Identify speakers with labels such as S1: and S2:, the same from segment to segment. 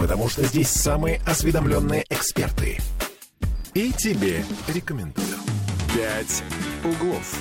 S1: Потому что здесь самые осведомленные эксперты. И тебе рекомендую. «Пять углов».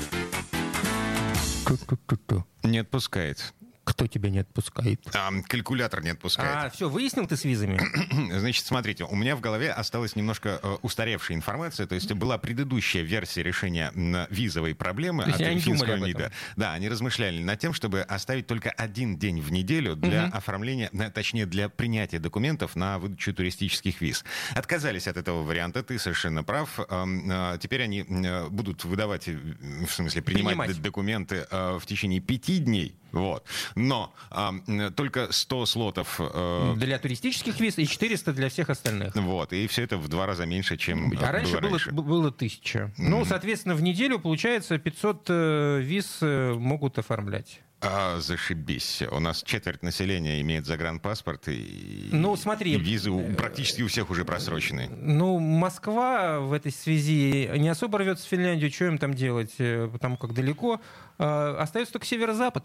S2: Не отпускает.
S3: Кто тебя не отпускает?
S2: Калькулятор не отпускает.
S3: Все, выяснил ты с визами?
S2: Значит, смотрите, у меня в голове осталась немножко устаревшая информация, то есть была предыдущая версия решения визовой проблемы от финского МИДа. Да, они размышляли над тем, чтобы оставить только один день в неделю для оформления, точнее, для принятия документов на выдачу туристических виз. Отказались от этого варианта, ты совершенно прав. Теперь они будут выдавать, в смысле, принимать документы в течение 5 дней. Вот. Но только 100 слотов...
S3: для туристических виз и 400 для всех остальных.
S2: Вот. И все это в 2 раза меньше, чем было раньше.
S3: Было 1000. Ну, соответственно, в неделю, получается, 500 виз могут оформлять.
S2: Зашибись. У нас четверть населения имеет загранпаспорт, и визы практически у всех уже просрочены.
S3: Ну, Москва в этой связи не особо рвется в Финляндию. Что им там делать? Потому как далеко. Остается только северо-запад.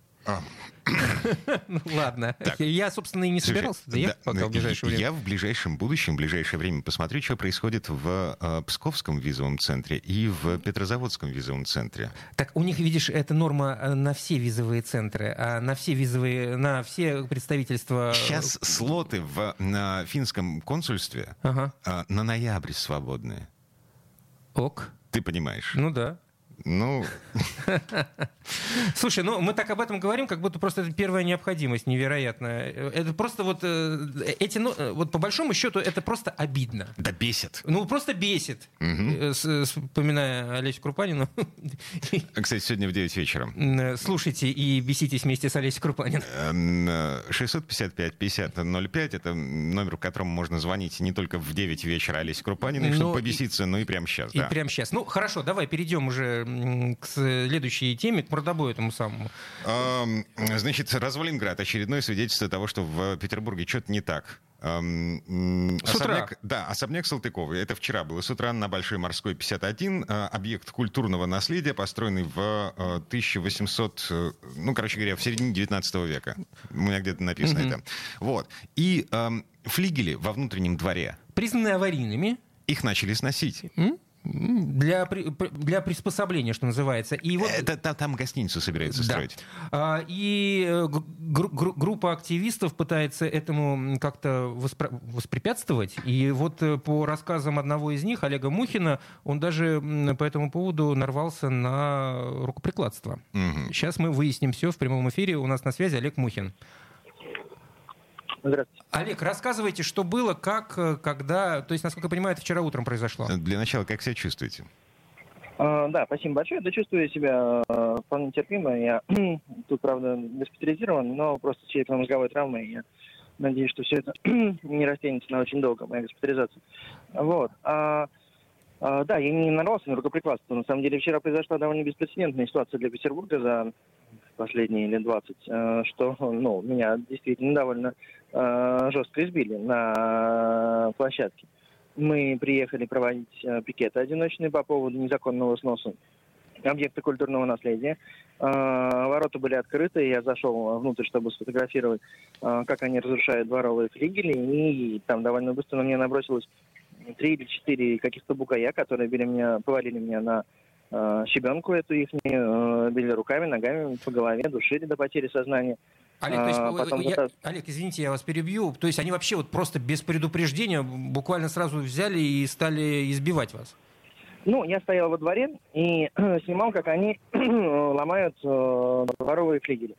S3: Ну, ладно. Я, собственно, и не собирался доехать пока в ближайшее время.
S2: Я в ближайшем будущем, в ближайшее время посмотрю, что происходит в Псковском визовом центре и в Петрозаводском визовом центре.
S3: Так у них, видишь, это норма на все визовые центры, а на все представительства...
S2: Сейчас слоты на финском консульстве на ноябрь свободные.
S3: Ок.
S2: Ты понимаешь?
S3: Ну да.
S2: Ну...
S3: Слушай, мы так об этом говорим, как будто просто это первая необходимость, невероятная. Это просто вот по большому счету, это просто обидно.
S2: Да бесит.
S3: Ну, просто бесит. Вспоминая Олесю Крупанину.
S2: Кстати, сегодня в 9 вечера.
S3: Слушайте и беситесь вместе с Олесей Крупаниной.
S2: 655-50-05, это номер, к которому можно звонить не только в 9 вечера Олесе Крупаниной, чтобы побеситься, но и прямо сейчас.
S3: И прямо сейчас. Ну, хорошо, давай перейдем уже к следующей теме, к мордобою этому самому.
S2: Значит, Развалинград. Очередное свидетельство того, что в Петербурге что-то не так. Особняк Салтыкова. Это вчера было с утра на Большой Морской, 51. Объект культурного наследия, построенный в 1800, в середине 19 века. У меня где-то написано это. Вот. И флигели во внутреннем дворе.
S3: Признаны аварийными.
S2: Их начали сносить.
S3: Для приспособления, что называется. И вот...
S2: Там гостиницу собираются строить.
S3: И группа активистов пытается этому как-то воспрепятствовать. И вот по рассказам одного из них, Олега Мухина, он даже по этому поводу нарвался на рукоприкладство. Сейчас мы выясним все в прямом эфире. У нас на связи Олег Мухин.
S4: Здравствуйте.
S3: Олег, рассказывайте, что было, как, когда... То есть, насколько я понимаю, это вчера утром произошло.
S2: Для начала, как себя чувствуете?
S4: Да, спасибо большое. Да, чувствую себя вполне терпимо. Я тут, правда, госпитализирован, но просто с черепно-мозговой травмой. Я надеюсь, что все это не растянется на очень долго, моя госпитализация. Вот. Да, я не нарвался на рукоприкладство. На самом деле, вчера произошла довольно беспрецедентная ситуация для Петербурга за последние лет 20, что меня действительно довольно жестко избили на площадке. Мы приехали проводить пикеты одиночные по поводу незаконного сноса объекта культурного наследия. Ворота были открыты, я зашел внутрь, чтобы сфотографировать, как они разрушают дворовые флигели, и там довольно быстро на меня набросилось 3 или 4 каких-то бугая, которые повалили меня на щебенку эту их, били руками, ногами по голове, душили до потери сознания.
S3: Олег, извините, я вас перебью. То есть они вообще вот просто без предупреждения буквально сразу взяли и стали избивать вас?
S4: Я стоял во дворе и снимал, как они ломают дворовые флигели.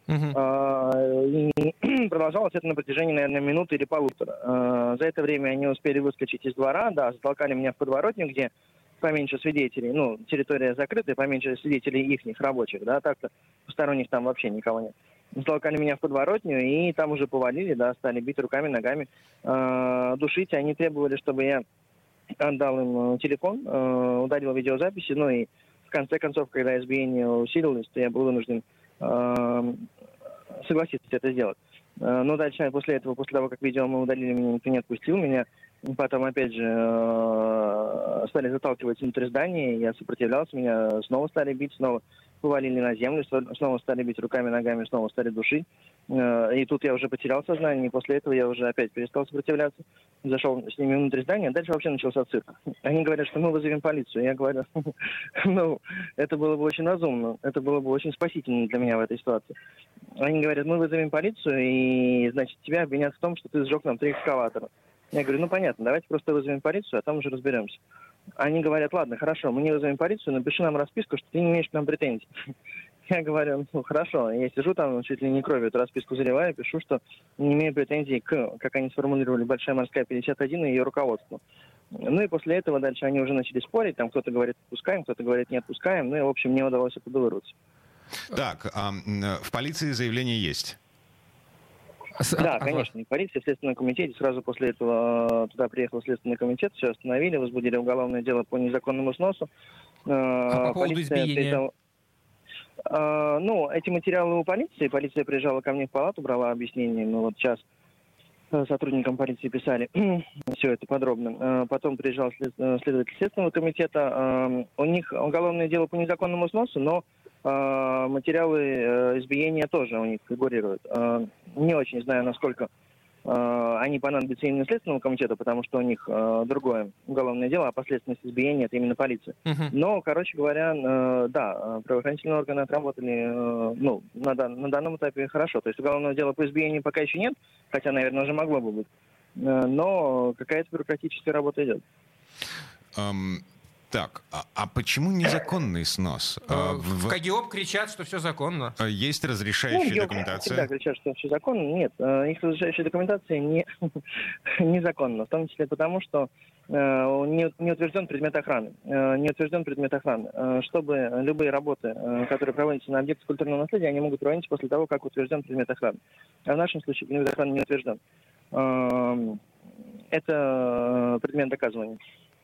S4: И продолжалось это на протяжении, наверное, минуты или полутора. За это время они успели выскочить из двора, затолкали меня в подворотню, где поменьше свидетелей, территория закрытая, поменьше свидетелей ихних рабочих, так-то посторонних там вообще никого нет. Затолкали меня в подворотню, и там уже повалили, стали бить руками, ногами, душить. Они требовали, чтобы я отдал им телефон, удалил видеозаписи, и в конце концов, когда избиение усилилось, то я был вынужден согласиться это сделать. Но дальше, после того, как видео мы удалили, меня никто не отпустил, меня потом, опять же, стали заталкивать внутрь здания, я сопротивлялся, меня снова стали бить, снова повалили на землю, снова стали бить руками, ногами, снова стали душить. И тут я уже потерял сознание, и после этого я уже опять перестал сопротивляться, зашел с ними внутрь здания, а дальше вообще начался цирк. Они говорят, что мы вызовем полицию. Я говорю, ну, это было бы очень разумно, это было бы очень спасительно для меня в этой ситуации. Они говорят, мы вызовем полицию, и, значит, тебя обвинят в том, что ты сжег нам 3 экскаватора. Я говорю, ну, понятно, давайте просто вызовем полицию, а там уже разберемся. Они говорят, ладно, хорошо, мы не вызовем полицию, напиши нам расписку, что ты не имеешь к нам претензий. Я говорю, ну хорошо, я сижу там, чуть ли не кровью эту расписку заливаю, пишу, что не имею претензий к, как они сформулировали, Большая морская 51 и ее руководству. Ну и после этого дальше они уже начали спорить, там кто-то говорит отпускаем, кто-то говорит не отпускаем, ну и в общем мне удалось оттуда вырваться.
S2: Так, в полиции заявление есть?
S4: Да, конечно, и полиция, в Следственном комитете, сразу после этого туда приехал Следственный комитет, все остановили, возбудили уголовное дело по незаконному сносу.
S3: А по поводу избиения?
S4: Ну, эти материалы у полиции. Полиция приезжала ко мне в палату, брала объяснение. Мы вот сейчас сотрудникам полиции писали все это подробно. Потом приезжал следователь Следственного комитета. У них уголовное дело по незаконному сносу, но материалы избиения тоже у них фигурируют. Не очень знаю, насколько они понадобятся именно Следственному комитету, потому что у них другое уголовное дело, а последственность избиения — это именно полиция. Но, короче говоря, да, правоохранительные органы отработали ну, на данном этапе хорошо. То есть уголовного дела по избиению пока еще нет, хотя, наверное, уже могло бы быть. Но какая-то бюрократическая работа идет.
S2: Так, а почему незаконный снос?
S3: В КГИОП кричат, что все законно.
S2: Есть разрешающая документация?
S4: Да, кричат, что все законно. Нет, их разрешающая документация незаконна. В том числе потому, что не утвержден предмет охраны. Не утвержден предмет охраны. Чтобы любые работы, которые проводятся на объекте культурного наследия, они могут проводиться после того, как утвержден предмет охраны. А в нашем случае предмет охраны не утвержден. Это предмет доказывания.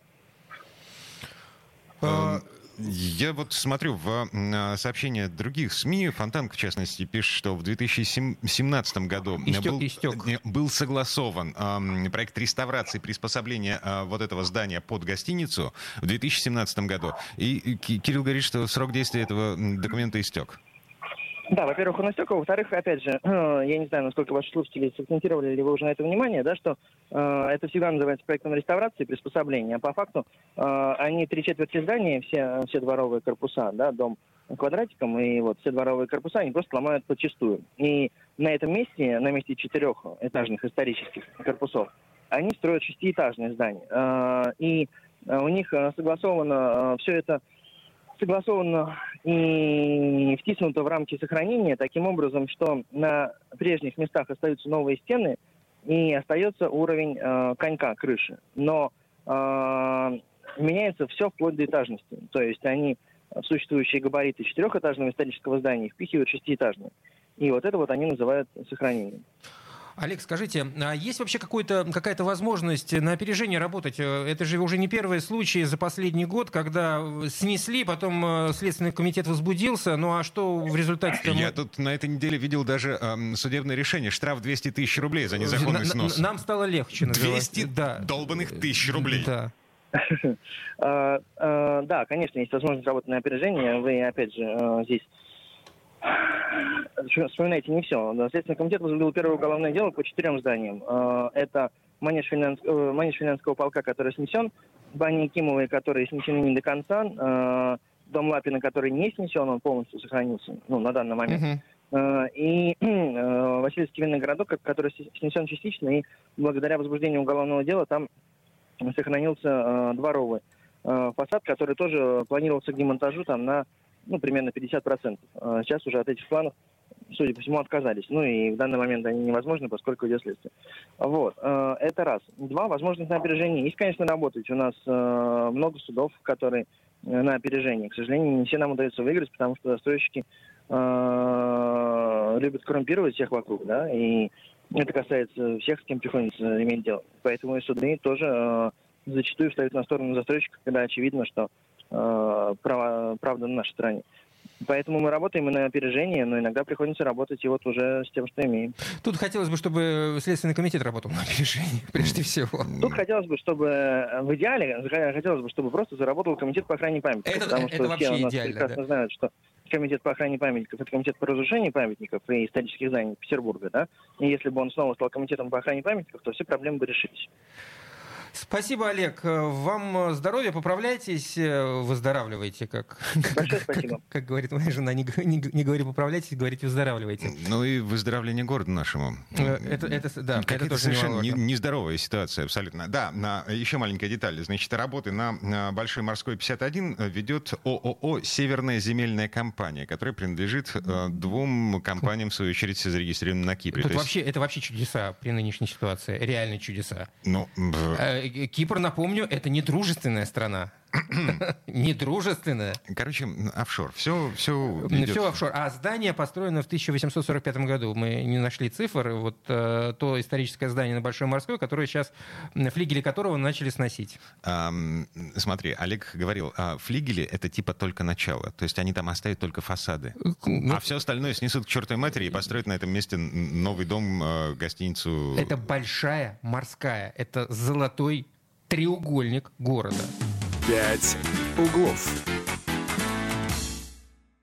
S2: Я вот смотрю в сообщения других СМИ, Фонтанка, в частности, пишет, что в 2017 году был согласован проект реставрации и приспособления вот этого здания под гостиницу в 2017 году. И Кирилл говорит, что срок действия этого документа истек.
S4: Да, во-первых, он истек, а во-вторых, опять же, я не знаю, насколько ваши слушатели сакцентировали ли вы уже на это внимание, да, что это всегда называется проектом реставрации и приспособления, а по факту они 3/4 здания, все дворовые корпуса, да, дом квадратиком, и вот все дворовые корпуса, они просто ломают подчистую. И на этом месте, на месте 4-этажных исторических корпусов, они строят 6-этажные здания. И у них согласовано все это, согласовано и втиснуто в рамки сохранения таким образом, что на прежних местах остаются новые стены и остается уровень конька крыши. Но меняется все вплоть до этажности. То есть они в существующие габариты 4-этажного исторического здания впихивают 6-этажные. И вот это вот они называют сохранением.
S3: Олег, скажите, а есть вообще какая-то возможность на опережение работать? Это же уже не первый случай за последний год, когда снесли, потом Следственный комитет возбудился. Ну а что в результате...
S2: Я тут на этой неделе видел даже судебное решение. Штраф 200 тысяч рублей за незаконный снос.
S3: Нам стало легче.
S2: 200 долбанных тысяч рублей.
S3: Да.
S4: Да, конечно, есть возможность работать на опережение. Вы, опять же, здесь... Вспоминайте не все. Следственный комитет возбудил первое уголовное дело по 4 зданиям. Это манеж Финляндского полка, который снесен, бани Якимовой, которые снесены не до конца, дом Лапина, который не снесен, он полностью сохранился, на данный момент. И Васильевский винный городок, который снесен частично, и благодаря возбуждению уголовного дела там сохранился дворовый фасад, который тоже планировался к демонтажу там на примерно 50%. Сейчас уже от этих планов, судя по всему, отказались. И в данный момент они невозможны, поскольку идет следствие. Вот. Это раз. 2. Возможность на опережение. Есть, конечно, работать. У нас много судов, которые на опережении. К сожалению, не все нам удается выиграть, потому что застройщики любят коррумпировать всех вокруг, да, и это касается всех, с кем приходится иметь дело. Поэтому и суды тоже зачастую встают на сторону застройщика, когда очевидно, что правда на нашей стороне. Поэтому мы работаем и на опережение, но иногда приходится работать и вот уже с тем, что имеем.
S3: Тут хотелось бы, чтобы Следственный комитет работал на опережение, прежде всего.
S4: Тут хотелось бы, чтобы в идеале, хотелось бы, чтобы просто заработал комитет по охране памяти.
S3: Это вообще
S4: все у нас
S3: идеально,
S4: прекрасно знают, что комитет по охране памятников, это комитет по разрушению памятников и исторических зданий Петербурга, да, и если бы он снова стал комитетом по охране памятников, то все проблемы бы решились.
S3: Спасибо, Олег. Вам здоровья, поправляйтесь, выздоравливайте.
S4: Большое спасибо.
S3: Как говорит моя жена, не говори поправляйтесь, говорите выздоравливайте.
S2: Ну и выздоровление города нашему.
S3: Это тоже
S2: совершенно нездоровая ситуация, абсолютно. Да, еще маленькая деталь. Значит, работы на Большой Морской 51 ведет ООО «Северная земельная компания», которая принадлежит двум компаниям, в свою очередь, зарегистрированным на Кипре.
S3: Это вообще чудеса при нынешней ситуации, реальные чудеса. Кипр, напомню, это не дружественная страна. Недружественная.
S2: Короче, офшор. Все
S3: офшор. А здание построено в 1845 году. Мы не нашли цифр. Вот то историческое здание на Большой Морской, которое сейчас, флигели которого начали сносить.
S2: Смотри, Олег говорил, флигели — это типа только начало. То есть они там оставят только фасады. А все остальное снесут к чертовой матери и построят на этом месте новый дом, гостиницу.
S3: Это Большая Морская. Это золотой треугольник города.
S1: 5 углов.